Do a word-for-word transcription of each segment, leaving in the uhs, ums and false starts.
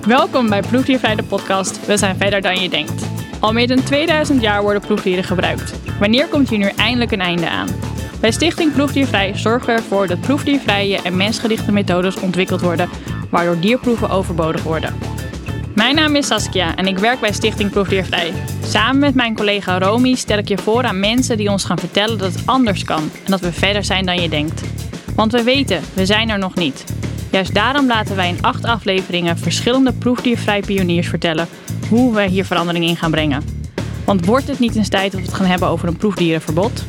Welkom bij Proefdiervrij de podcast. We zijn verder dan je denkt. Al meer dan tweeduizend jaar worden proefdieren gebruikt. Wanneer komt hier nu eindelijk een einde aan? Bij Stichting Proefdiervrij zorgen we ervoor dat proefdiervrije en mensgerichte methodes ontwikkeld worden, waardoor dierproeven overbodig worden. Mijn naam is Saskia en ik werk bij Stichting Proefdiervrij. Samen met mijn collega Romy stel ik je voor aan mensen die ons gaan vertellen dat het anders kan en dat we verder zijn dan je denkt. Want we weten, we zijn er nog niet. Juist daarom laten wij in acht afleveringen verschillende proefdiervrij pioniers vertellen hoe we hier verandering in gaan brengen. Want wordt het niet eens tijd dat we het gaan hebben over een proefdierenverbod?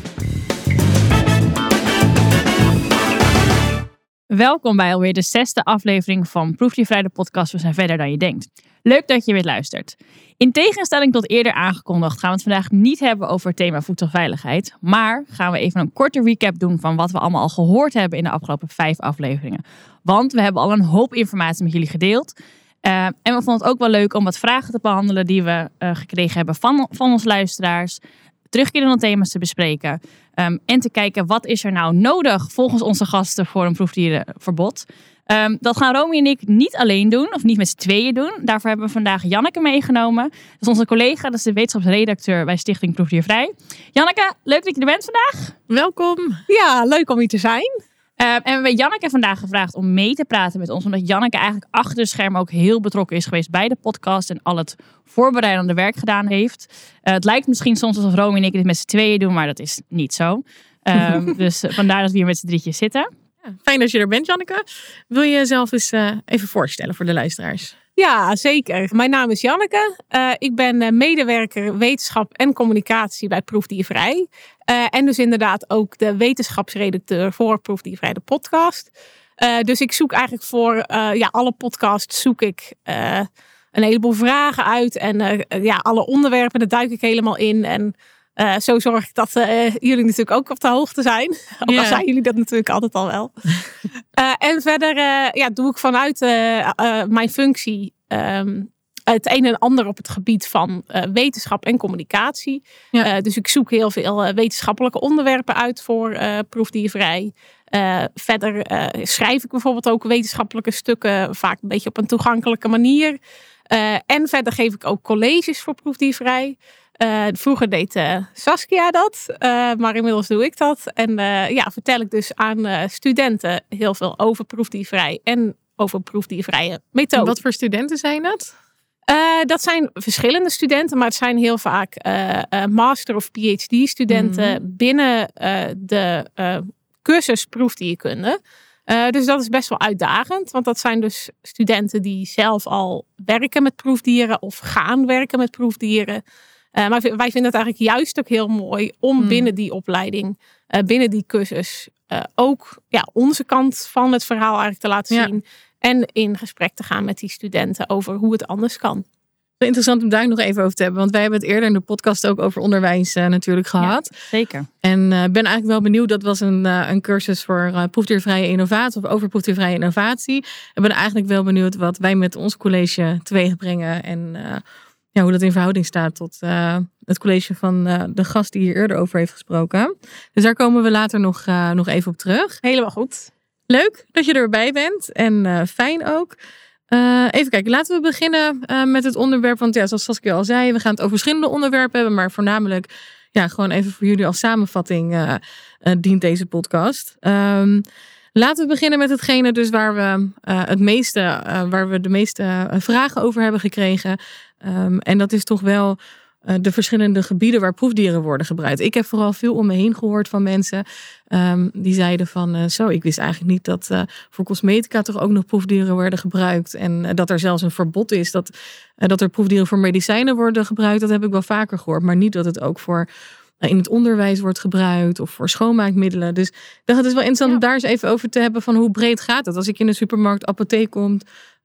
Welkom bij alweer de zesde aflevering van Proefdiervrij de podcast. We zijn verder dan je denkt. Leuk dat je weer luistert. In tegenstelling tot eerder aangekondigd gaan we het vandaag niet hebben over het thema voedselveiligheid. Maar gaan we even een korte recap doen van wat we allemaal al gehoord hebben in de afgelopen vijf afleveringen. Want we hebben al een hoop informatie met jullie gedeeld. Uh, en we vonden het ook wel leuk om wat vragen te behandelen die we uh, gekregen hebben van, van onze luisteraars. Terugkerende thema's te bespreken. Um, en te kijken wat is er nou nodig volgens onze gasten voor een proefdierenverbod. Um, dat gaan Romy en ik niet alleen doen, of niet met z'n tweeën doen. Daarvoor hebben we vandaag Janneke meegenomen. Dat is onze collega, dat is de wetenschapsredacteur bij Stichting Proefdiervrij. Janneke, leuk dat je er bent vandaag. Welkom. Ja, leuk om hier te zijn. Uh, en we hebben Janneke vandaag gevraagd om mee te praten met ons. Omdat Janneke eigenlijk achter de schermen ook heel betrokken is geweest bij de podcast. En al het voorbereidende werk gedaan heeft. Uh, het lijkt misschien soms alsof Romy en ik dit met z'n tweeën doen. Maar dat is niet zo. Uh, dus uh, vandaar dat we hier met z'n drietjes zitten. Ja, fijn dat je er bent, Janneke. Wil je jezelf eens uh, even voorstellen voor de luisteraars? Ja, zeker. Mijn naam is Janneke. Uh, ik ben uh, medewerker wetenschap en communicatie bij Proefdiervrij. Uh, en dus inderdaad ook de wetenschapsredacteur voor Proefdiervrij de podcast. Uh, dus ik zoek eigenlijk voor uh, ja, alle podcasts zoek ik uh, een heleboel vragen uit. En uh, ja, alle onderwerpen, daar duik ik helemaal in. En uh, zo zorg ik dat uh, jullie natuurlijk ook op de hoogte zijn. Ook al yeah. zijn jullie dat natuurlijk altijd al wel. uh, en verder uh, ja, doe ik vanuit uh, uh, mijn functie Um, het een en ander op het gebied van uh, wetenschap en communicatie. Ja. Uh, dus ik zoek heel veel uh, wetenschappelijke onderwerpen uit voor uh, Proefdiervrij. Uh, verder uh, schrijf ik bijvoorbeeld ook wetenschappelijke stukken, vaak een beetje op een toegankelijke manier. Uh, en verder geef ik ook colleges voor Proefdiervrij. Uh, vroeger deed uh, Saskia dat, uh, maar inmiddels doe ik dat. En uh, ja, vertel ik dus aan uh, studenten heel veel over Proefdiervrij en over proefdiervrije methoden. Wat voor studenten zijn dat? Uh, dat zijn verschillende studenten, maar het zijn heel vaak uh, uh, master- of P H D-studenten mm-hmm. binnen uh, de uh, cursus proefdierkunde. Uh, dus dat is best wel uitdagend, want dat zijn dus studenten die zelf al werken met proefdieren of gaan werken met proefdieren. Uh, maar wij vinden het eigenlijk juist ook heel mooi om mm. binnen die opleiding, uh, binnen die cursus, uh, ook ja, onze kant van het verhaal eigenlijk te laten zien. Ja. En in gesprek te gaan met die studenten over hoe het anders kan. Interessant om daar nog even over te hebben. Want wij hebben het eerder in de podcast ook over onderwijs uh, natuurlijk gehad. Ja, zeker. En uh, ben eigenlijk wel benieuwd. Dat was een, uh, een cursus voor uh, proefdiervrije innovatie. Of over proefdiervrije innovatie. En ben eigenlijk wel benieuwd wat wij met ons college teweeg brengen. En uh, ja, hoe dat in verhouding staat tot uh, het college van uh, de gast die hier eerder over heeft gesproken. Dus daar komen we later nog, uh, nog even op terug. Helemaal goed. Leuk dat je erbij bent en uh, fijn ook. Uh, even kijken, laten we beginnen uh, met het onderwerp. Want ja, zoals Saskia al zei, we gaan het over verschillende onderwerpen hebben. Maar voornamelijk, ja, gewoon even voor jullie als samenvatting uh, uh, dient deze podcast. Um, laten we beginnen met hetgene dus waar we, uh, het meeste, uh, waar we de meeste uh, vragen over hebben gekregen. Um, en dat is toch wel uh, de verschillende gebieden waar proefdieren worden gebruikt. Ik heb vooral veel om me heen gehoord van mensen um, die zeiden van uh, zo, ik wist eigenlijk niet dat uh, voor cosmetica toch ook nog proefdieren werden gebruikt. En uh, dat er zelfs een verbod is dat, uh, dat er proefdieren voor medicijnen worden gebruikt. Dat heb ik wel vaker gehoord, maar niet dat het ook voor uh, in het onderwijs wordt gebruikt of voor schoonmaakmiddelen. Dus ik dacht, het is wel interessant ja. om daar eens even over te hebben van hoe breed gaat het. Als ik in de supermarkt, apotheek kom,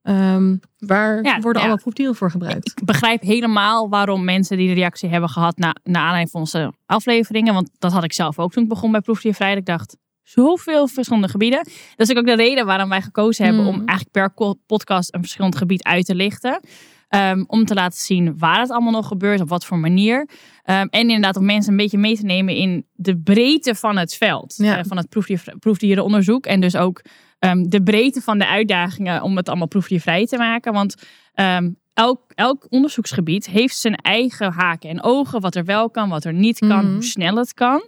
Um, waar ja, worden ja. allemaal proefdieren voor gebruikt? Ik begrijp helemaal waarom mensen die de reactie hebben gehad na, na aanleiding van onze afleveringen. Want dat had ik zelf ook toen ik begon bij Proefdiervrij. Ik dacht, zoveel verschillende gebieden. Dat is ook de reden waarom wij gekozen hebben mm. om eigenlijk per podcast een verschillend gebied uit te lichten. Um, om te laten zien waar het allemaal nog gebeurt, op wat voor manier. Um, en inderdaad om mensen een beetje mee te nemen in de breedte van het veld. Ja. Uh, van het proefdier, proefdierenonderzoek. En dus ook um, de breedte van de uitdagingen om het allemaal proefdiervrij te maken. Want um, elk, elk onderzoeksgebied heeft zijn eigen haken en ogen. Wat er wel kan, wat er niet kan, mm-hmm. hoe snel het kan.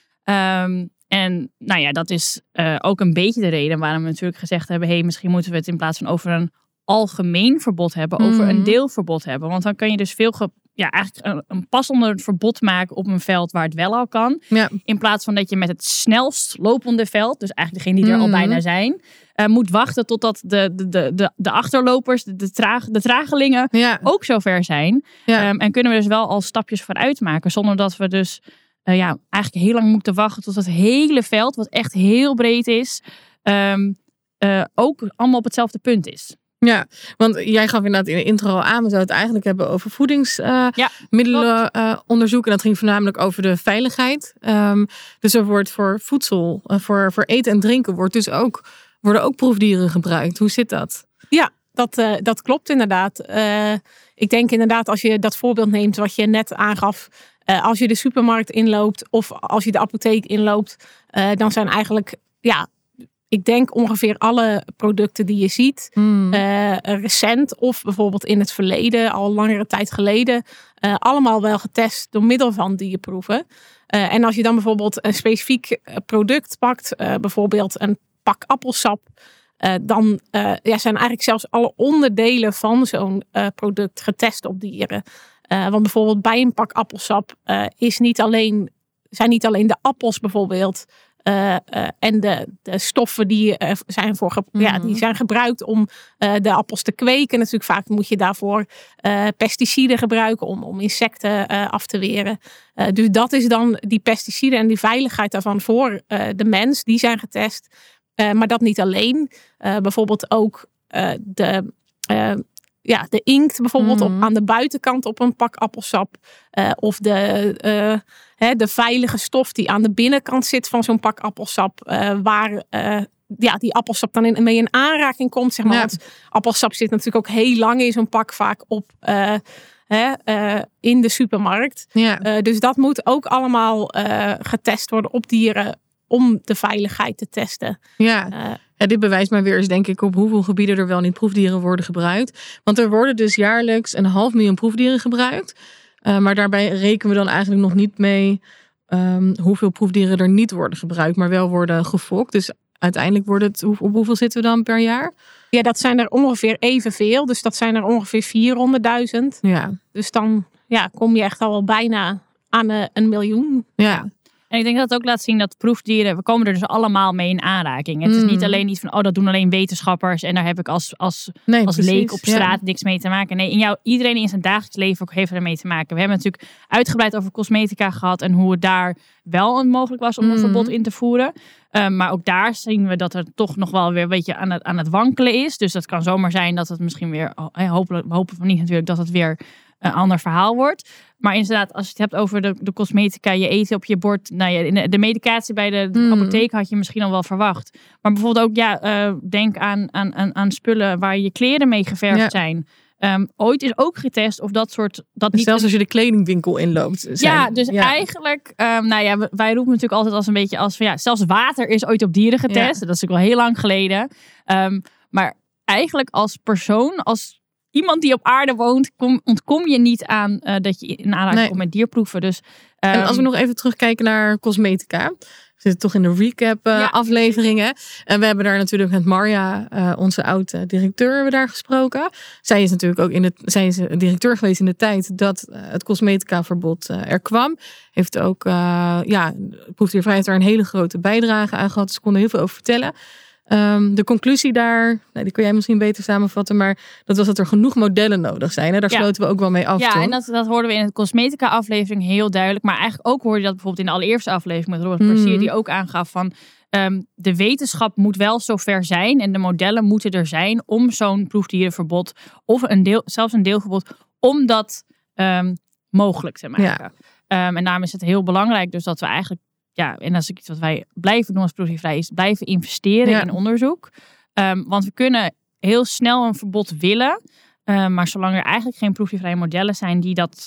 Um, en nou ja, dat is uh, ook een beetje de reden waarom we natuurlijk gezegd hebben... hey, misschien moeten we het in plaats van over een algemeen verbod hebben... over mm-hmm. een deelverbod hebben. Want dan kan je dus veel... Ge- ja, eigenlijk een, een passender verbod maken op een veld waar het wel al kan. Ja. In plaats van dat je met het snelst lopende veld... dus eigenlijk degene die er mm-hmm. al bijna zijn... Uh, moet wachten totdat de, de, de, de, de achterlopers, de, de, traag, de tragelingen... Ja. ook zover zijn. Ja. Um, en kunnen we dus wel al stapjes vooruit maken... zonder dat we dus... Uh, ja, eigenlijk heel lang moeten wachten tot het hele veld, wat echt heel breed is, um, uh, ook allemaal op hetzelfde punt is. Ja, want jij gaf inderdaad in de intro al aan, we zouden het eigenlijk hebben over voedingsmiddelenonderzoek. Uh, ja, en dat ging voornamelijk over de veiligheid. Um, dus er wordt voor voedsel, uh, voor, voor eten en drinken wordt dus ook, worden ook proefdieren gebruikt. Hoe zit dat? Ja, dat, uh, dat klopt inderdaad. Uh, ik denk inderdaad als je dat voorbeeld neemt wat je net aangaf. Uh, als je de supermarkt inloopt of als je de apotheek inloopt, uh, dan zijn eigenlijk, ja, ik denk ongeveer alle producten die je ziet, mm. uh, recent of bijvoorbeeld in het verleden, al langere tijd geleden, uh, allemaal wel getest door middel van dierproeven. Uh, en als je dan bijvoorbeeld een specifiek product pakt, uh, bijvoorbeeld een pak appelsap, uh, dan uh, ja, zijn eigenlijk zelfs alle onderdelen van zo'n uh, product getest op dieren. Uh, want bijvoorbeeld bij een pak appelsap uh, is niet alleen, zijn niet alleen de appels bijvoorbeeld uh, uh, en de, de stoffen die, uh, zijn voor ge- mm-hmm. ja, die zijn gebruikt om uh, de appels te kweken. Natuurlijk vaak moet je daarvoor uh, pesticiden gebruiken om, om insecten uh, af te weren. Uh, dus dat is dan die pesticiden en die veiligheid daarvan voor uh, de mens. Die zijn getest. Uh, maar dat niet alleen. Uh, bijvoorbeeld ook uh, de... Uh, Ja, de inkt bijvoorbeeld mm. op, aan de buitenkant op een pak appelsap. Uh, of de, uh, hè, de veilige stof die aan de binnenkant zit van zo'n pak appelsap. Uh, waar uh, ja, die appelsap dan in, mee in aanraking komt. Zeg maar. Ja. Want appelsap zit natuurlijk ook heel lang in zo'n pak vaak op uh, hè, uh, in de supermarkt. Ja. Uh, dus dat moet ook allemaal uh, getest worden op dieren om de veiligheid te testen. Ja. Uh, Ja, dit bewijst maar weer eens, denk ik, op hoeveel gebieden er wel niet proefdieren worden gebruikt. Want er worden dus jaarlijks een half miljoen proefdieren gebruikt. Uh, maar daarbij rekenen we dan eigenlijk nog niet mee um, hoeveel proefdieren er niet worden gebruikt, maar wel worden gefokt. Dus uiteindelijk wordt het, op hoeveel zitten we dan per jaar? Ja, dat zijn er ongeveer evenveel. Dus dat zijn er ongeveer vierhonderdduizend. Ja. Dus dan ja, kom je echt al bijna aan uh, een miljoen. Ja. En ik denk dat het ook laat zien dat proefdieren, we komen er dus allemaal mee in aanraking. Het mm. is niet alleen iets van, oh, dat doen alleen wetenschappers en daar heb ik als, als, nee, als leek op straat ja. niks mee te maken. Nee, in jou, iedereen in zijn dagelijks leven ook heeft ermee te maken. We hebben natuurlijk uitgebreid over cosmetica gehad en hoe het daar wel mogelijk was om een mm. verbod in te voeren. Um, maar ook daar zien we dat er toch nog wel weer een beetje aan het, aan het wankelen is. Dus dat kan zomaar zijn dat het misschien weer, oh, hopelijk, hopen we niet natuurlijk, dat het weer een ander verhaal wordt. Maar inderdaad, als je het hebt over de, de cosmetica, je eten op je bord. Nou ja, de, de medicatie bij de, de mm. apotheek had je misschien al wel verwacht. Maar bijvoorbeeld ook, ja, uh, denk aan, aan, aan, aan spullen waar je kleren mee geverfd ja. zijn. Um, ooit is ook getest of dat soort... Dat niet zelfs als je de kledingwinkel inloopt. Zijn. Ja, dus ja. eigenlijk... Um, nou ja, wij roepen natuurlijk altijd als een beetje als van ja, zelfs water is ooit op dieren getest. Ja. Dat is natuurlijk wel heel lang geleden. Um, maar eigenlijk als persoon, als iemand die op aarde woont, kom, ontkom je niet aan uh, dat je in aanraking nee. komt met dierproeven. Dus, um, en als we nog even terugkijken naar cosmetica. We zitten toch in de recap uh, ja. afleveringen. En we hebben daar natuurlijk met Marja, uh, onze oude directeur, hebben daar gesproken. Zij is natuurlijk ook in de, zij is directeur geweest in de tijd dat uh, het cosmetica-verbod uh, er kwam. Heeft ook, uh, ja, proefdiervrijheid daar een hele grote bijdrage aan gehad. Ze konden heel veel over vertellen. Um, de conclusie daar, nou, die kun jij misschien beter samenvatten, maar dat was dat er genoeg modellen nodig zijn. Hè? Daar ja. sloten we ook wel mee af. Ja, toch? en dat, dat hoorden we in de cosmetica aflevering heel duidelijk. Maar eigenlijk ook hoorde je dat bijvoorbeeld in de allereerste aflevering met Robert Persier, mm. die ook aangaf van um, de wetenschap moet wel zover zijn en de modellen moeten er zijn om zo'n proefdierenverbod of een deel, zelfs een deelverbod, om dat um, mogelijk te maken. Ja. Um, en daarom is het heel belangrijk dus dat we eigenlijk, ja, en dat is iets wat wij blijven doen als proefdiervrij, is blijven investeren ja. in onderzoek. Um, want we kunnen heel snel een verbod willen. Um, maar zolang er eigenlijk geen proefdiervrije modellen zijn die dat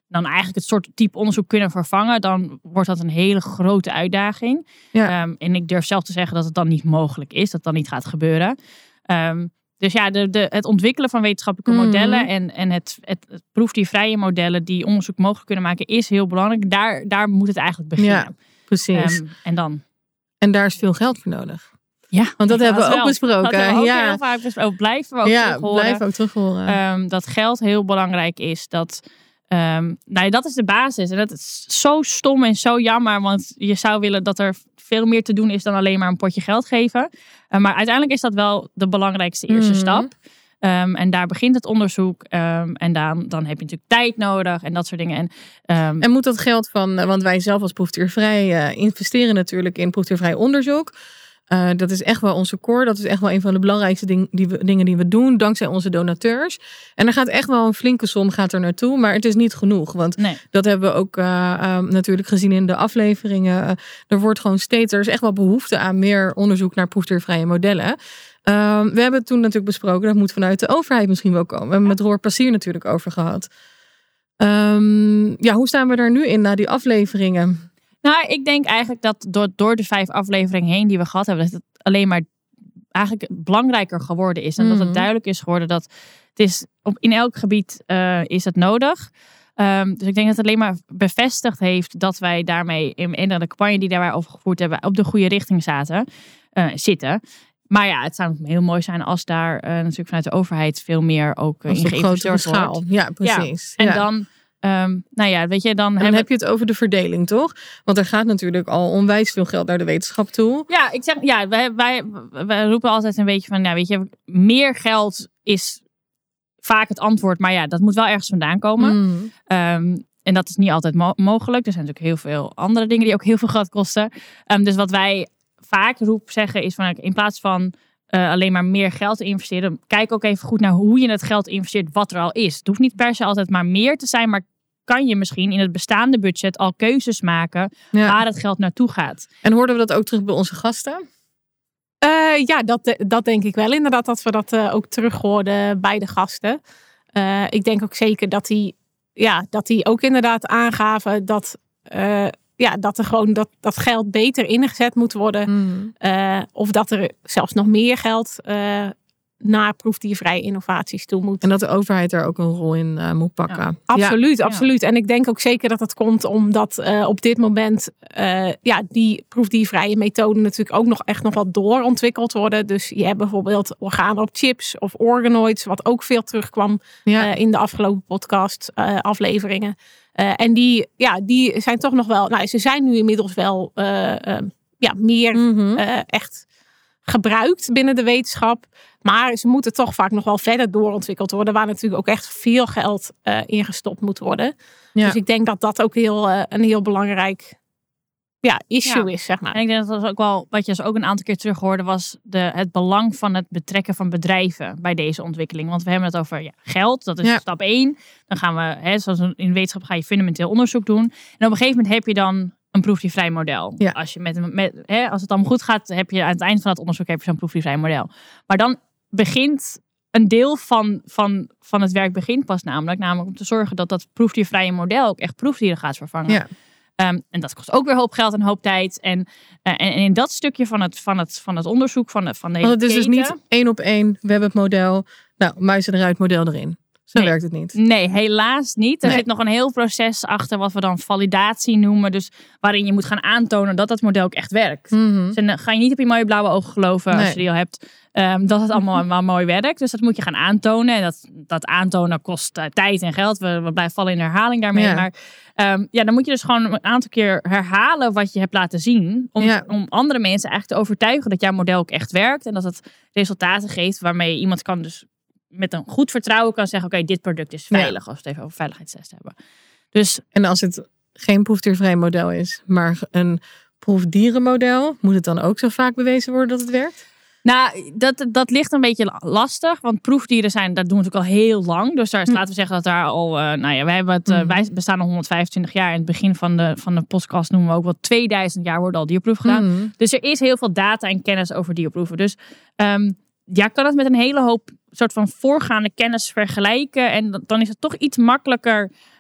dan eigenlijk het soort type onderzoek kunnen vervangen, dan wordt dat een hele grote uitdaging. Ja. Um, en ik durf zelf te zeggen dat het dan niet mogelijk is, dat het dan niet gaat gebeuren. Um, dus ja, de, de, het ontwikkelen van wetenschappelijke Mm. modellen en, en het, het, het proefdiervrije modellen die onderzoek mogelijk kunnen maken, is heel belangrijk. Daar, daar moet het eigenlijk beginnen. Ja, precies. Um, en dan? En daar is veel geld voor nodig. Ja, Want dat hebben we ook wel. besproken. Dat hebben we ook ja. heel vaak besproken. Blijven we ook ja, terug horen. blijven ook terug horen. Um, dat geld heel belangrijk is. Dat, um, nou ja, dat is de basis. En dat is zo stom en zo jammer. Want je zou willen dat er veel meer te doen is dan alleen maar een potje geld geven. Uh, maar uiteindelijk is dat wel de belangrijkste eerste Mm. stap. Um, en daar begint het onderzoek. Um, en dan, dan heb je natuurlijk tijd nodig en dat soort dingen. En, um, En moet dat geld van, want wij zelf als proefdiervrij uh, investeren natuurlijk in proefdiervrij onderzoek. Uh, dat is echt wel onze core. Dat is echt wel een van de belangrijkste ding, die we, dingen die we doen. Dankzij onze donateurs. En er gaat echt wel een flinke som gaat er naartoe. Maar het is niet genoeg. Want nee. dat hebben we ook uh, uh, natuurlijk gezien in de afleveringen. Uh, er wordt gewoon steeds, er is echt wel behoefte aan meer onderzoek naar proefdiervrije modellen. Uh, we hebben het toen natuurlijk besproken. Dat moet vanuit de overheid misschien wel komen. We hebben het met Roor Passier natuurlijk over gehad. Um, ja, hoe staan we daar nu in na die afleveringen? Nou, ik denk eigenlijk dat door, door de vijf afleveringen heen die we gehad hebben, dat het alleen maar eigenlijk belangrijker geworden is. En mm-hmm. dat het duidelijk is geworden dat het is op, in elk gebied uh, is het nodig. Um, dus ik denk dat het alleen maar bevestigd heeft dat wij daarmee in, in de campagne die daar over gevoerd hebben op de goede richting zaten, uh, zitten. Maar ja, het zou heel mooi zijn als daar uh, natuurlijk vanuit de overheid veel meer ook uh, in geïnvesteerd wordt. Ja, precies. Ja. En ja. dan Um, nou ja, weet je, dan, dan hebben... heb je het over de verdeling, toch? Want er gaat natuurlijk al onwijs veel geld naar de wetenschap toe. Ja, ik zeg, ja, wij, wij, wij roepen altijd een beetje van, nou, weet je, meer geld is vaak het antwoord, maar ja, dat moet wel ergens vandaan komen. Mm. Um, en dat is niet altijd mo- mogelijk. Er zijn natuurlijk heel veel andere dingen die ook heel veel geld kosten. Um, dus wat wij vaak roepen zeggen is van, in plaats van Uh, alleen maar meer geld te investeren. Kijk ook even goed naar hoe je het geld investeert wat er al is. Het hoeft niet per se altijd maar meer te zijn, maar kan je misschien in het bestaande budget al keuzes maken ja. waar het geld naartoe gaat. En hoorden we dat ook terug bij onze gasten? Uh, ja, dat, dat denk ik wel inderdaad, dat we dat uh, ook terug hoorden bij de gasten. Uh, ik denk ook zeker dat die, ja, dat die ook inderdaad aangaven dat... Uh, Ja, dat er gewoon dat, dat geld beter ingezet moet worden. Mm. Uh, of dat er zelfs nog meer geld uh, naar proefdiervrije innovaties toe moet. En dat de overheid daar ook een rol in uh, moet pakken. Ja. Absoluut, ja. absoluut. En ik denk ook zeker dat dat komt omdat uh, op dit moment uh, ja, die proefdiervrije methoden natuurlijk ook nog echt nog wat doorontwikkeld worden. Dus je hebt bijvoorbeeld organen op chips of organoids, wat ook veel terugkwam ja. uh, in de afgelopen podcast uh, afleveringen. Uh, en die, ja, die zijn toch nog wel, nou, ze zijn nu inmiddels wel uh, uh, ja, meer mm-hmm. uh, echt gebruikt binnen de wetenschap. Maar ze moeten toch vaak nog wel verder doorontwikkeld worden, waar natuurlijk ook echt veel geld uh, ingestopt moet worden. Ja. Dus ik denk dat dat ook heel, uh, een heel belangrijk ja, issue ja. is, zeg maar. En ik denk dat dat ook wel, wat je dus ook een aantal keer terug hoorde, was de, het belang van het betrekken van bedrijven bij deze ontwikkeling. Want we hebben het over ja, geld, dat is ja. stap één. Dan gaan we, hè, zoals in wetenschap ga je fundamenteel onderzoek doen. En op een gegeven moment heb je dan een proefdiervrij model. Ja. Als, je met, met, hè, als het allemaal goed gaat, heb je aan het eind van het onderzoek heb je zo'n proefdiervrij model. Maar dan begint een deel van, van, van het werk begint pas namelijk, namelijk om te zorgen dat dat proefdiervrije model ook echt proefdieren gaat vervangen. Ja. Um, en dat kost ook weer hoop geld en hoop tijd. En, uh, en, en in dat stukje van het, van het, van het onderzoek van de, van de hele Want het is keten, dus niet één op één, we hebben het model, nou, muizen eruit, model erin. Zo nee. werkt het niet. Nee, helaas niet. Er nee. zit nog een heel proces achter wat we dan validatie noemen. Dus waarin je moet gaan aantonen dat dat model ook echt werkt. Mm-hmm. Dus dan ga je niet op je mooie blauwe ogen geloven nee. als je die al hebt. Um, dat het allemaal maar mooi werkt. Dus dat moet je gaan aantonen. En dat, dat aantonen kost uh, tijd en geld. We, we blijven vallen in herhaling daarmee. Ja. Maar um, ja, dan moet je dus gewoon een aantal keer herhalen wat je hebt laten zien. Om, ja. om andere mensen eigenlijk te overtuigen dat jouw model ook echt werkt. En dat het resultaten geeft waarmee iemand kan dus met een goed vertrouwen kan zeggen, oké, okay, dit product is veilig. Ja. Als we het even over veiligheidstesten hebben. Dus, en als het geen proefdiervrij model is, maar een proefdierenmodel, moet het dan ook zo vaak bewezen worden dat het werkt? Nou, dat, dat ligt een beetje lastig. Want proefdieren zijn, dat doen we natuurlijk al heel lang. Dus daar, hm. laten we zeggen dat daar al, uh, nou ja, wij, hebben het, uh, wij bestaan al honderdvijfentwintig jaar. In het begin van de, van de podcast noemen we ook wel tweeduizend jaar worden al dierproeven gedaan. Hm. Dus er is heel veel data en kennis over dierproeven. Dus um, ja, kan het met een hele hoop soort van voorgaande kennis vergelijken. En dan is het toch iets makkelijker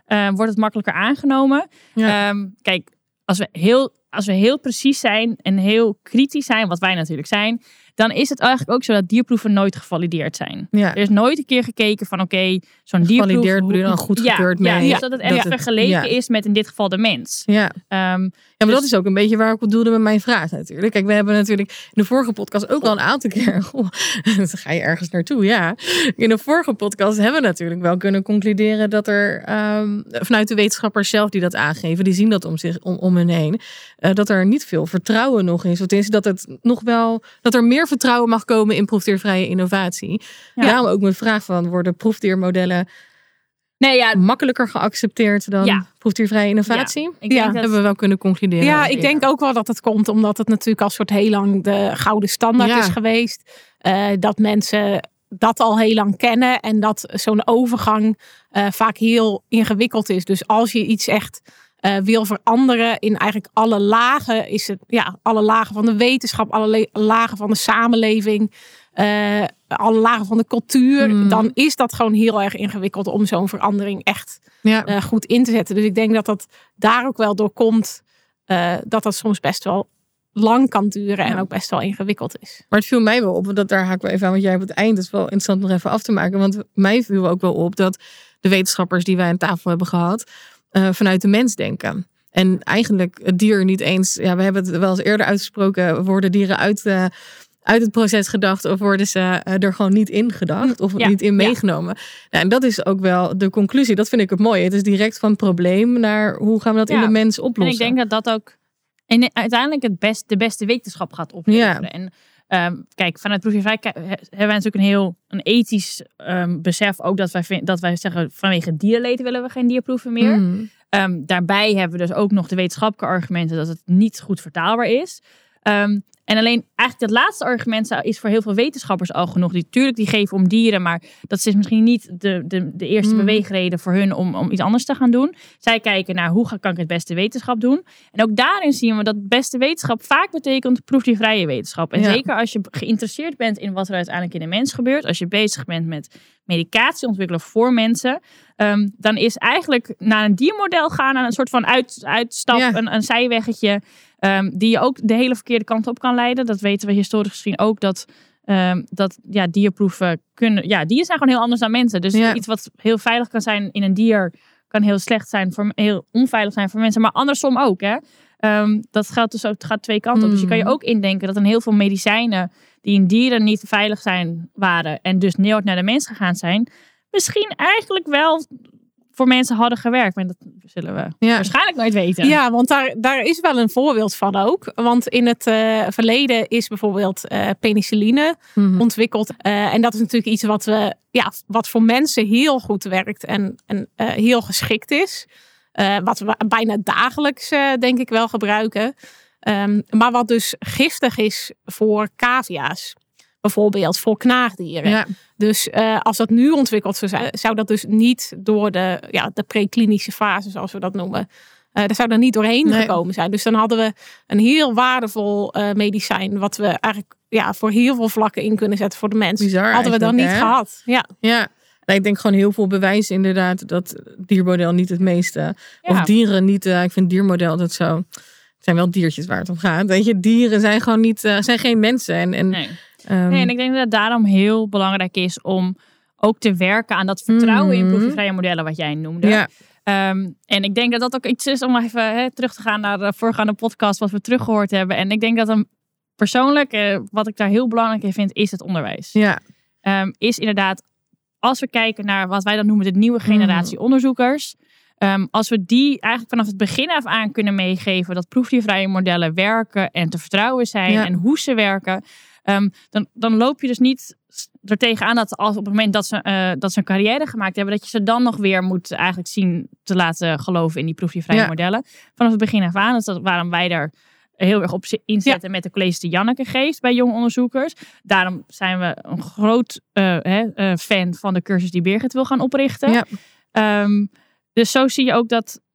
uh, wordt het makkelijker aangenomen. Ja. Um, kijk, als we, heel, als we heel precies zijn en heel kritisch zijn, wat wij natuurlijk zijn, dan is het eigenlijk ook zo dat dierproeven nooit gevalideerd zijn. Ja. Er is nooit een keer gekeken van oké, okay, zo'n dierproef... Gevalideerd bedoel je dan goedgekeurd ja, mee. Ja, dus dat het echt dat het, vergeleken ja. is met in dit geval de mens. Ja, um, ja maar dus, dat is ook een beetje waar ik op doelde met mijn vraag natuurlijk. Kijk, we hebben natuurlijk in de vorige podcast ook al een aantal keer... Goh, dan ga je ergens naartoe, ja. In de vorige podcast hebben we natuurlijk wel kunnen concluderen dat er um, vanuit de wetenschappers zelf die dat aangeven, die zien dat om, zich, om, om hun heen, uh, dat er niet veel vertrouwen nog is. Of is dat het nog wel, dat er meer vertrouwen mag komen in proefdiervrije innovatie. Ja. Daarom ook mijn vraag van, worden proefdiermodellen nee, ja, makkelijker geaccepteerd dan ja. proefdiervrije innovatie? Ja, ik denk ja, dat hebben we wel kunnen concluderen. Ja, ik denk ook wel dat het komt omdat het natuurlijk als soort heel lang de gouden standaard ja. is geweest. Uh, dat mensen dat al heel lang kennen en dat zo'n overgang uh, vaak heel ingewikkeld is. Dus als je iets echt uh, wil veranderen in eigenlijk alle lagen, is het ja, alle lagen van de wetenschap, alle le- lagen van de samenleving, uh, alle lagen van de cultuur, mm. dan is dat gewoon heel erg ingewikkeld om zo'n verandering echt ja. uh, goed in te zetten. Dus ik denk dat dat daar ook wel door komt, uh, dat dat soms best wel lang kan duren en ja. ook best wel ingewikkeld is. Maar het viel mij wel op, want dat daar haak ik even aan, want jij op het eind is wel interessant nog even af te maken, want mij viel ook wel op dat de wetenschappers die wij aan tafel hebben gehad, uh, vanuit de mens denken. En eigenlijk het dier niet eens, ja, we hebben het wel eens eerder uitgesproken, worden dieren uit, uh, uit het proces gedacht of worden ze uh, er gewoon niet in gedacht of ja. niet in meegenomen. Ja. Nou, en dat is ook wel de conclusie. Dat vind ik het mooie. Het is direct van het probleem naar hoe gaan we dat ja. in de mens oplossen. En ik denk dat dat ook en uiteindelijk het best, de beste wetenschap gaat opleveren. Ja. En um, kijk, vanuit proefdiervrij hebben wij natuurlijk een heel een ethisch um, besef ook dat wij, dat wij zeggen vanwege dierenleed willen we geen dierproeven meer. Mm. Um, daarbij hebben we dus ook nog de wetenschappelijke argumenten dat het niet goed vertaalbaar is. Um, en alleen eigenlijk dat laatste argument is voor heel veel wetenschappers al genoeg. Die natuurlijk die geven om dieren, maar dat is misschien niet de, de, de eerste mm. beweegreden voor hun om, om iets anders te gaan doen. Zij kijken naar hoe kan ik het beste wetenschap doen. En ook daarin zien we dat beste wetenschap vaak betekent proefdiervrije wetenschap. En ja. zeker als je geïnteresseerd bent in wat er uiteindelijk in de mens gebeurt. Als je bezig bent met medicatie ontwikkelen voor mensen. Um, dan is eigenlijk naar een diermodel gaan, naar een soort van uit, uitstap, ja. een, een zijweggetje. Um, die je ook de hele verkeerde kant op kan leiden. Dat weten we historisch gezien ook. Dat, um, dat ja, dierproeven kunnen... Ja, dieren zijn gewoon heel anders dan mensen. Dus ja. iets wat heel veilig kan zijn in een dier kan heel slecht zijn, voor, heel onveilig zijn voor mensen. Maar andersom ook. Hè? Um, dat geldt dus ook, het gaat twee kanten op. Mm. Dus je kan je ook indenken dat een heel veel medicijnen die in dieren niet veilig zijn waren en dus nooit naar de mens gegaan zijn, misschien eigenlijk wel voor mensen hadden gewerkt. Maar dat zullen we ja. waarschijnlijk nooit weten. Ja, want daar, daar is wel een voorbeeld van ook. Want in het uh, verleden is bijvoorbeeld uh, penicilline mm-hmm. ontwikkeld. Uh, en dat is natuurlijk iets wat, we, ja, wat voor mensen heel goed werkt en, en uh, heel geschikt is. Uh, wat we bijna dagelijks uh, denk ik wel gebruiken. Um, maar wat dus giftig is voor cavia's. Bijvoorbeeld voor knaagdieren. Ja. Dus uh, als dat nu ontwikkeld zou zijn, zou dat dus niet door de, ja, de preklinische fase, zoals we dat noemen, uh, daar zou er niet doorheen nee. gekomen zijn. Dus dan hadden we een heel waardevol uh, medicijn, wat we eigenlijk ja, voor heel veel vlakken in kunnen zetten voor de mens. Bizar, hadden we dan niet hè? gehad. Ja. Ja. Ik denk gewoon heel veel bewijs inderdaad dat diermodel niet het meeste. Ja. Of dieren niet. Uh, ik vind diermodel dat zo. Het zijn wel diertjes waar het om gaat. Weet je, dieren zijn gewoon niet, uh, zijn geen mensen. En, en, nee. Um, nee, en ik denk dat het daarom heel belangrijk is om ook te werken aan dat vertrouwen mm-hmm. in proefdiervrije modellen wat jij noemde. Ja. Um, en ik denk dat dat ook iets is om even hè, terug te gaan naar de voorgaande podcast wat we teruggehoord hebben. En ik denk dat een persoonlijk, uh, wat ik daar heel belangrijk in vind, is het onderwijs. Ja. Um, is inderdaad, als we kijken naar wat wij dan noemen de nieuwe generatie mm. onderzoekers. Um, als we die eigenlijk vanaf het begin af aan kunnen meegeven dat proefdiervrije modellen werken en te vertrouwen zijn ja. en hoe ze werken. Um, dan, dan loop je dus niet er tegenaan dat als op het moment dat ze, uh, dat ze een carrière gemaakt hebben, dat je ze dan nog weer moet eigenlijk zien te laten geloven in die proefdiervrije ja. modellen. Vanaf het begin af aan. Dat is waarom wij daar heel erg op inzetten ja. met de colleges die Janneke geeft bij jonge onderzoekers. Daarom zijn we een groot uh, hè, uh, fan van de cursus die Birgit wil gaan oprichten. Ja. Um, dus zo zie je ook dat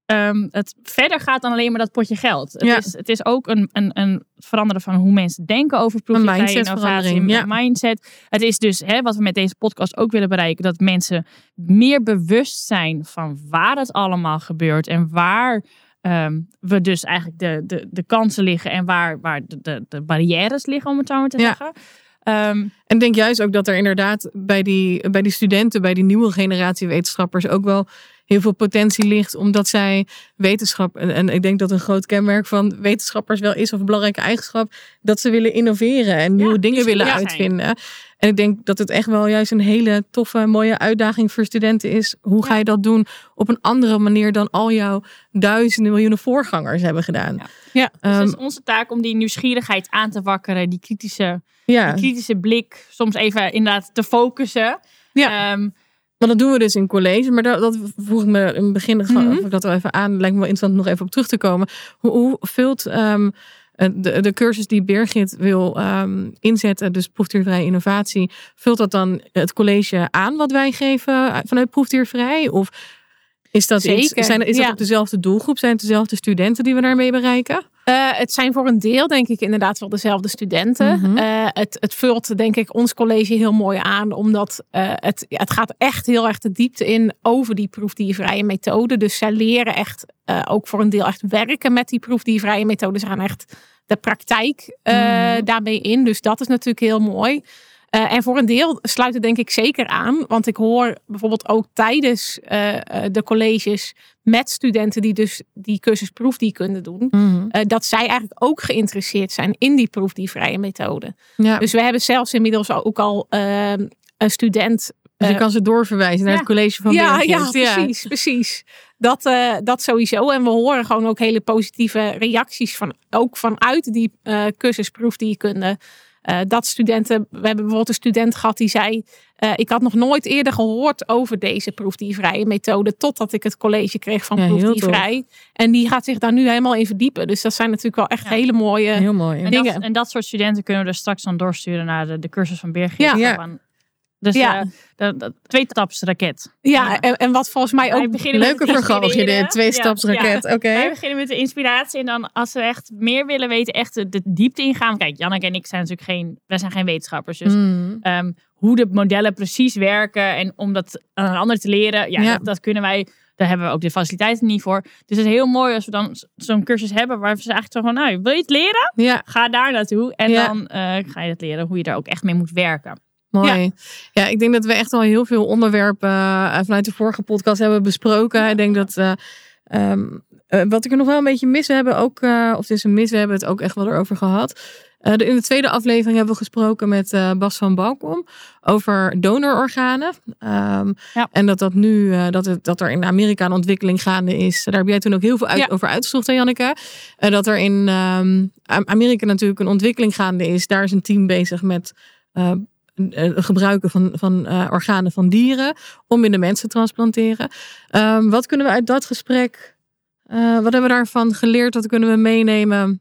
um, het verder gaat dan alleen maar dat potje geld. Het, Ja. is, het is ook een, een, een veranderen van hoe mensen denken over proefvrije innovatie. mindsetverandering, ja. Mindset. Het is dus hè, wat we met deze podcast ook willen bereiken. Dat mensen meer bewust zijn van waar het allemaal gebeurt. En waar um, we dus eigenlijk de, de, de kansen liggen. En waar, waar de, de, de barrières liggen, om het zo maar te Ja. zeggen. Um, En ik denk juist ook dat er inderdaad bij die, bij die studenten, bij die nieuwe generatie wetenschappers ook wel heel veel potentie ligt. Omdat zij wetenschap, en, en ik denk dat een groot kenmerk van wetenschappers wel is, of een belangrijke eigenschap, dat ze willen innoveren en nieuwe Ja, dingen willen ja. uitvinden. En ik denk dat het echt wel juist een hele toffe, mooie uitdaging voor studenten is. Hoe ga Ja. je dat doen op een andere manier dan al jouw duizenden miljoenen voorgangers hebben gedaan? Ja. Ja. dus Um, het is onze taak om die nieuwsgierigheid aan te wakkeren. Die kritische, ja. die kritische blik. Soms even inderdaad te focussen. Ja. Um, Maar dat doen we dus in college. Maar dat, dat vroeg ik me in het begin Mhm. mm-hmm. dat wel even aan. Lijkt me wel interessant om nog even op terug te komen. Hoe, hoe vult um, de, de cursus die Birgit wil um, inzetten, dus proefdiervrij innovatie, vult dat dan het college aan wat wij geven vanuit proefdiervrij? Of is dat, iets, Zeker, zijn, is dat ja. ook dezelfde doelgroep? Zijn het dezelfde studenten die we daarmee bereiken? Uh, het zijn voor een deel denk ik inderdaad wel dezelfde studenten. Mhm. Uh, het, het vult denk ik ons college heel mooi aan. Omdat uh, het, ja, het gaat echt heel erg de diepte in over die proefdiervrije methode. Dus zij leren echt uh, ook voor een deel echt werken met die proefdiervrije methode. Ze gaan echt de praktijk uh, Mhm. daarmee in. Dus dat is natuurlijk heel mooi. Uh, en voor een deel sluit het denk ik zeker aan. Want ik hoor bijvoorbeeld ook tijdens uh, de colleges met studenten die dus die cursus proefdierkunde doen. Mm-hmm. Uh, dat zij eigenlijk ook geïnteresseerd zijn in die proefdiervrije methode. Ja. Dus we hebben zelfs inmiddels ook al uh, een student. Dus je uh, kan ze doorverwijzen naar ja. het college van ja, Birgit. ja, precies, precies. Dat, uh, dat sowieso. En we horen gewoon ook hele positieve reacties van ook vanuit die uh, cursus proefdierkunde. Uh, dat studenten, we hebben bijvoorbeeld een student gehad die zei, uh, ik had nog nooit eerder gehoord over deze proefdiervrije methode, totdat ik het college kreeg van Ja, heel proefdiervrij. En die gaat zich daar nu helemaal in verdiepen. Dus dat zijn natuurlijk wel echt Ja. hele mooie Heel mooi. en, dingen. dat, en dat soort studenten kunnen we dus straks dan doorsturen naar de, de cursus van Birgit. Ja. Ja. Van, dus Ja. uh, de, de tweetapsraket. Ja, en, en wat volgens mij Wij ook beginnen met Leuke het vergalgje inspireren. dit. Twee-stapsraket. Ja, ja. Oké. Wij beginnen met de inspiratie en dan als we echt meer willen weten, echt de, de diepte ingaan. Kijk, Janneke en ik zijn natuurlijk geen, wij zijn geen wetenschappers. Dus Mm. um, hoe de modellen precies werken en om dat aan een ander te leren, ja, Ja. Dat, dat kunnen wij. Daar hebben we ook de faciliteiten niet voor. Dus het is heel mooi als we dan zo'n cursus hebben waar ze eigenlijk zo van, nou, wil je het leren? Ja. Ga daar naartoe en Ja. dan uh, ga je het leren hoe je daar ook echt mee moet werken. Mooi. Ja. Ja. ik denk dat we echt al heel veel onderwerpen uh, vanuit de vorige podcast hebben besproken. Ik denk dat uh, um, uh, wat ik er nog wel een beetje mis, we hebben ook, uh, of het is een mis, we hebben het ook echt wel erover gehad. Uh, de, in de tweede aflevering hebben we gesproken met uh, Bas van Balkom over donororganen. Um, Ja. En dat dat nu, uh, dat, het, dat er in Amerika een ontwikkeling gaande is. Daar heb jij toen ook heel veel uit, Ja. over uitgezocht, hè, Janneke. Uh, dat er in um, Amerika natuurlijk een ontwikkeling gaande is. Daar is een team bezig met Uh, gebruiken van, van uh, organen van dieren om in de mensen te transplanteren. Um, wat kunnen we uit dat gesprek, uh, wat hebben we daarvan geleerd? Wat kunnen we meenemen?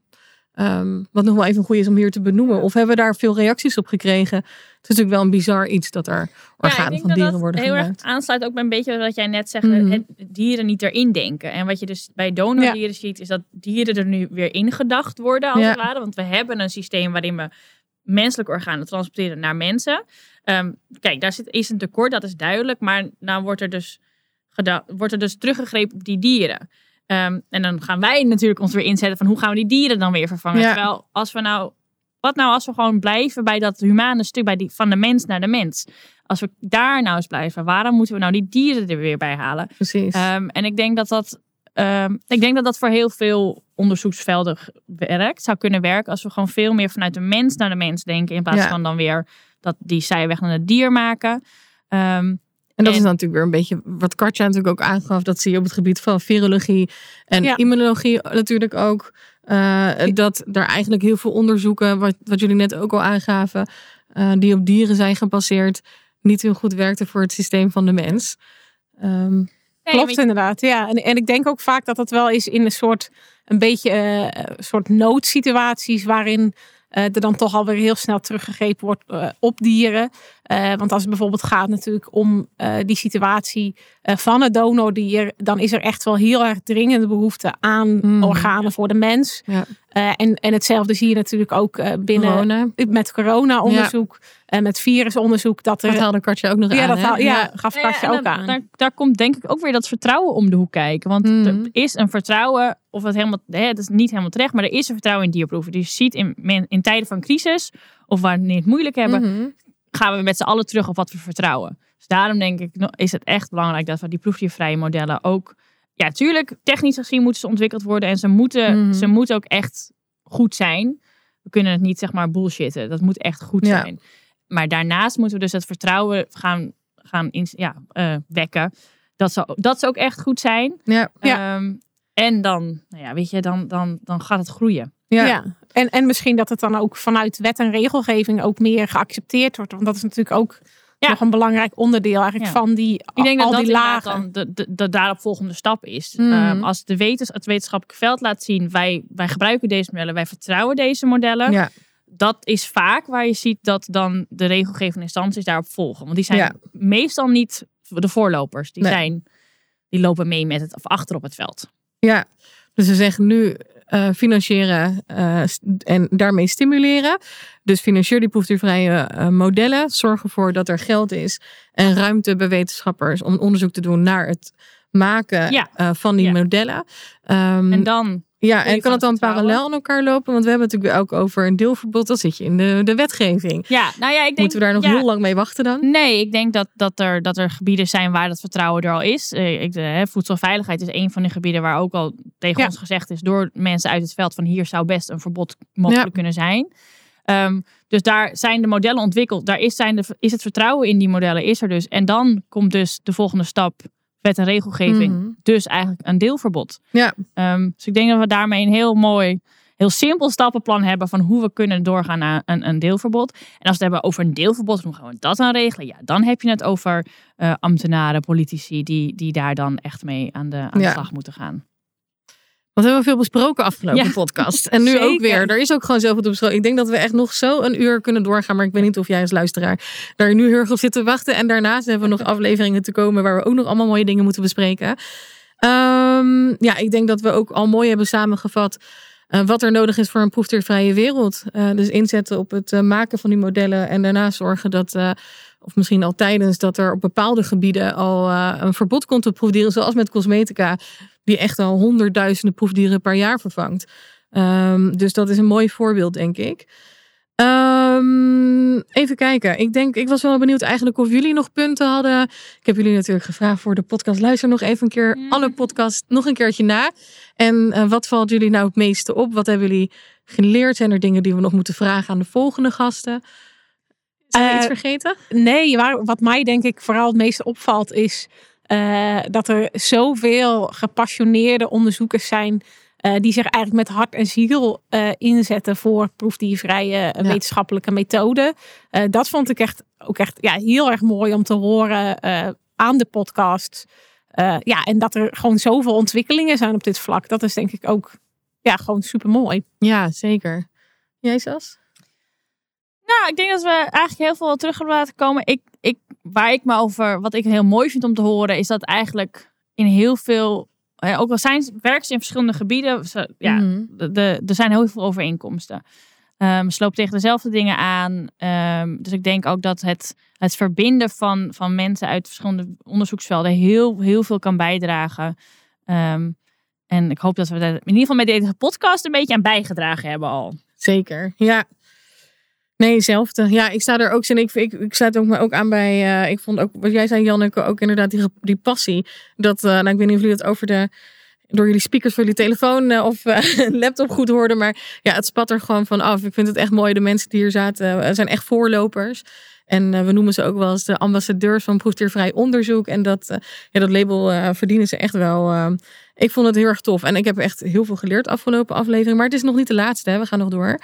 Um, wat nog wel even goed is om hier te benoemen. Of hebben we daar veel reacties op gekregen? Het is natuurlijk wel een bizar iets dat er organen ja, ik denk van dat dieren dat worden heel gebruikt. erg aansluit ook bij een beetje wat jij net zegt. Mhm. Het dieren niet erin denken. En wat je dus bij donordieren ziet, is dat dieren er nu weer in gedacht worden als Ja. het ware. Want we hebben een systeem waarin we menselijke organen transporteren naar mensen. Um, kijk, daar zit, is een tekort, dat is duidelijk. Maar nou wordt er dus, geda- wordt er dus teruggegrepen op die dieren. Um, en dan gaan wij natuurlijk ons weer inzetten van hoe gaan we die dieren dan weer vervangen. Ja. Terwijl als we nou, wat nou als we gewoon blijven bij dat humane stuk, bij die, van de mens naar de mens. Als we daar nou eens blijven, waarom moeten we nou die dieren er weer bij halen? Precies. Um, en ik denk dat dat, um, ik denk dat dat voor heel veel onderzoeksvelden werkt, zou kunnen werken. Als we gewoon veel meer vanuit de mens naar de mens denken. In plaats Ja. van dan weer dat die zijweg naar het dier maken. Um, En dat en- is natuurlijk weer een beetje wat Katja natuurlijk ook aangaf. Dat zie je op het gebied van virologie en Ja. immunologie natuurlijk ook. Uh, dat er eigenlijk heel veel onderzoeken, wat, wat jullie net ook al aangaven, uh, die op dieren zijn gebaseerd, niet heel goed werkten voor het systeem van de mens. Um, nee, Klopt weet je- inderdaad, ja. En, en ik denk ook vaak dat dat wel is in een soort, een beetje uh, een soort noodsituaties waarin uh, er dan toch alweer heel snel teruggegrepen wordt uh, op dieren. Uh, want als het bijvoorbeeld gaat natuurlijk om uh, die situatie uh, van een donordier, dan is er echt wel heel erg dringende behoefte aan mm. organen voor de mens. Ja. Uh, en, en hetzelfde zie je natuurlijk ook uh, binnen corona. met corona-onderzoek, ja. uh, met virusonderzoek. Dat, er, dat haalde Katja ook nog ja, aan. Dat haal, ja, ja, gaf Katja ja, ook dan, aan. Daar, daar komt denk ik ook weer dat vertrouwen om de hoek kijken. Want mm. er is een vertrouwen, of het helemaal, hè, het is niet helemaal terecht, maar er is een vertrouwen in dierproeven. Dus je ziet in, in tijden van crisis, of wanneer we het moeilijk hebben, mm-hmm. gaan we met z'n allen terug op wat we vertrouwen. Dus daarom denk ik, is het echt belangrijk dat we die proefdiervrije modellen ook... Ja, tuurlijk, technisch gezien moeten ze ontwikkeld worden. En ze moeten, mm-hmm. ze moeten ook echt goed zijn. We kunnen het niet, zeg maar, bullshitten. Dat moet echt goed ja. zijn. Maar daarnaast moeten we dus het vertrouwen gaan, gaan in, ja, uh, wekken. Dat ze, dat ze ook echt goed zijn. Ja. Ja. Um, en dan, nou ja, weet je, dan, dan, dan gaat het groeien. Ja. ja. En, en misschien dat het dan ook vanuit wet en regelgeving ook meer geaccepteerd wordt. Want dat is natuurlijk ook ja. nog een belangrijk onderdeel eigenlijk ja. van die Ik denk al dat die dat lagen. dan de, de, de daaropvolgende stap is. Mm. Um, als de wetens, het wetenschappelijk veld laat zien, wij, wij gebruiken deze modellen, wij vertrouwen deze modellen. Ja. Dat is vaak waar je ziet dat dan de regelgevende instanties daarop volgen. Want die zijn ja. meestal niet de voorlopers. Die, nee. zijn, die lopen mee met het, of achter op het veld. Ja, dus ze zeggen nu uh, financieren uh, en daarmee stimuleren. Dus financier die proefdiervrije uh, modellen. Zorg ervoor dat er geld is en ruimte bij wetenschappers om onderzoek te doen naar het maken ja. uh, van die ja. modellen. Um, en dan... Ja, en kan het dan parallel aan elkaar lopen? Want we hebben het natuurlijk ook over een deelverbod. Dan zit je in de, de wetgeving. Ja, nou ja, ik denk, Moeten we daar nog ja, heel lang mee wachten dan? Nee, ik denk dat, dat, er, dat er gebieden zijn waar dat vertrouwen er al is. Eh, ik, de, voedselveiligheid is een van de gebieden waar ook al tegen ja. ons gezegd is door mensen uit het veld van hier zou best een verbod mogelijk ja. kunnen zijn. Um, dus daar zijn de modellen ontwikkeld. Daar is, zijn de, is het vertrouwen in die modellen is er dus. En dan komt dus de volgende stap. Wet en regelgeving, mm-hmm. dus eigenlijk een deelverbod. Ja. Um, dus ik denk dat we daarmee een heel mooi, heel simpel stappenplan hebben van hoe we kunnen doorgaan naar een, een deelverbod. En als we het hebben over een deelverbod, hoe gaan we dat dan regelen? Ja, dan heb je het over uh, ambtenaren, politici, die, die daar dan echt mee aan de, aan de ja. slag moeten gaan. Wat hebben we veel besproken afgelopen ja. podcast. En nu Zeker. ook weer. Er is ook gewoon zoveel te besproken. Ik denk dat we echt nog zo een uur kunnen doorgaan. Maar ik weet niet of jij als luisteraar daar nu heel erg op zit te wachten. En daarnaast hebben we nog afleveringen te komen waar we ook nog allemaal mooie dingen moeten bespreken. Um, ja, ik denk dat we ook al mooi hebben samengevat uh, wat er nodig is voor een proefdiervrije wereld. Uh, dus inzetten op het uh, maken van die modellen. En daarna zorgen dat... Uh, of misschien al tijdens dat er op bepaalde gebieden al uh, een verbod komt op proefdieren. Zoals met cosmetica. Die echt al honderdduizenden proefdieren per jaar vervangt. Um, dus dat is een mooi voorbeeld, denk ik. Um, even kijken. Ik denk, ik was wel benieuwd eigenlijk of jullie nog punten hadden. Ik heb jullie natuurlijk gevraagd voor de podcast. Luister nog even een keer mm. alle podcasts nog een keertje na. En uh, wat valt jullie nou het meeste op? Wat hebben jullie geleerd? Zijn er dingen die we nog moeten vragen aan de volgende gasten? Zijn we uh, iets vergeten? Nee, waar, wat mij denk ik vooral het meeste opvalt is uh, dat er zoveel gepassioneerde onderzoekers zijn uh, die zich eigenlijk met hart en ziel uh, inzetten voor proefdiervrije ja. wetenschappelijke methoden. Uh, dat vond ik echt ook echt ja, heel erg mooi om te horen uh, aan de podcast. Uh, ja, en dat er gewoon zoveel ontwikkelingen zijn op dit vlak. Dat is denk ik ook ja, gewoon super mooi. Ja, zeker. Jij, Sas? Nou, ik denk dat we eigenlijk heel veel terug hebben laten komen. Ik, ik, waar ik me over, wat ik heel mooi vind om te horen, is dat eigenlijk in heel veel, ook al zijn werken ze in verschillende gebieden, ja, mm-hmm. de, de, er zijn heel veel overeenkomsten. Um, ze lopen tegen dezelfde dingen aan. Um, dus ik denk ook dat het, het verbinden van, van mensen uit verschillende onderzoeksvelden heel, heel veel kan bijdragen. Um, en ik hoop dat we er in ieder geval met deze podcast een beetje aan bijgedragen hebben al. Zeker, ja. Nee, hetzelfde. Ja, ik sta er ook in. Ik, ik, ik sluit ook me ook aan bij. Uh, ik vond ook, wat jij zei, Janneke, ook inderdaad die, die passie. Dat, uh, nou, ik weet niet of jullie dat over de. Door jullie speakers voor jullie telefoon uh, of uh, laptop goed hoorden. Maar ja, het spat er gewoon van af. Ik vind het echt mooi. De mensen die hier zaten uh, zijn echt voorlopers. En uh, we noemen ze ook wel eens de ambassadeurs van proefdiervrij onderzoek. En dat, uh, ja, dat label uh, verdienen ze echt wel. Uh, ik vond het heel erg tof. En ik heb echt heel veel geleerd afgelopen aflevering. Maar het is nog niet de laatste. Hè. We gaan nog door.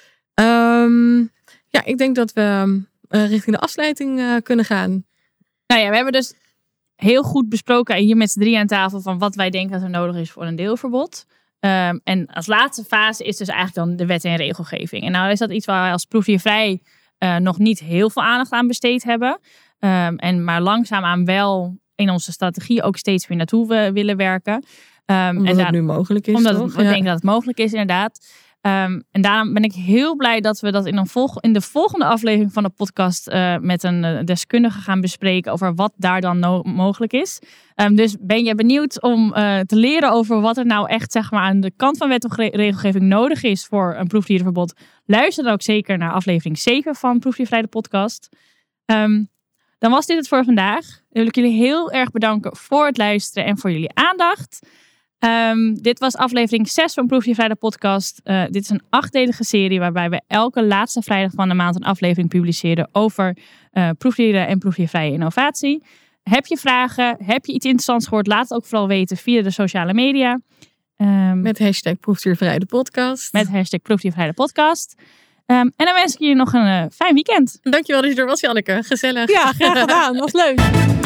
Um, ja, ik denk dat we uh, richting de afsluiting uh, kunnen gaan. Nou ja, we hebben dus heel goed besproken hier met z'n drie aan tafel van wat wij denken dat er nodig is voor een deelverbod. Um, en als laatste fase is dus eigenlijk dan de wet en regelgeving. En nou is dat iets waar wij als proefdiervrij uh, nog niet heel veel aandacht aan besteed hebben. Um, en maar langzaamaan wel in onze strategie ook steeds meer naartoe we willen werken. Um, omdat en daar, het nu mogelijk is, Omdat toch? het, we ja. denken dat het mogelijk is, inderdaad. Um, en daarom ben ik heel blij dat we dat in, een volg- in de volgende aflevering van de podcast uh, met een uh, deskundige gaan bespreken over wat daar dan no- mogelijk is. Um, dus ben je benieuwd om uh, te leren over wat er nou echt zeg maar, aan de kant van wet of re- regelgeving nodig is voor een proefdierenverbod? Luister dan ook zeker naar aflevering zeven van Proefdiervrij de podcast. Um, dan was dit het voor vandaag. Dan wil ik jullie heel erg bedanken voor het luisteren en voor jullie aandacht. Um, dit was aflevering zes van Proefdiervrij de podcast. Uh, dit is een achtdelige serie waarbij we elke laatste vrijdag van de maand een aflevering publiceren over uh, proefdieren en proefdiervrije innovatie. Heb je vragen? Heb je iets interessants gehoord? Laat het ook vooral weten via de sociale media. Um, met hashtag Proefdiervrij de podcast. Met hashtag Proefdiervrij de podcast. Um, en dan wens ik je nog een uh, fijn weekend. Dankjewel dat je er was, Janneke. Gezellig. Ja, graag gedaan. Dat was leuk.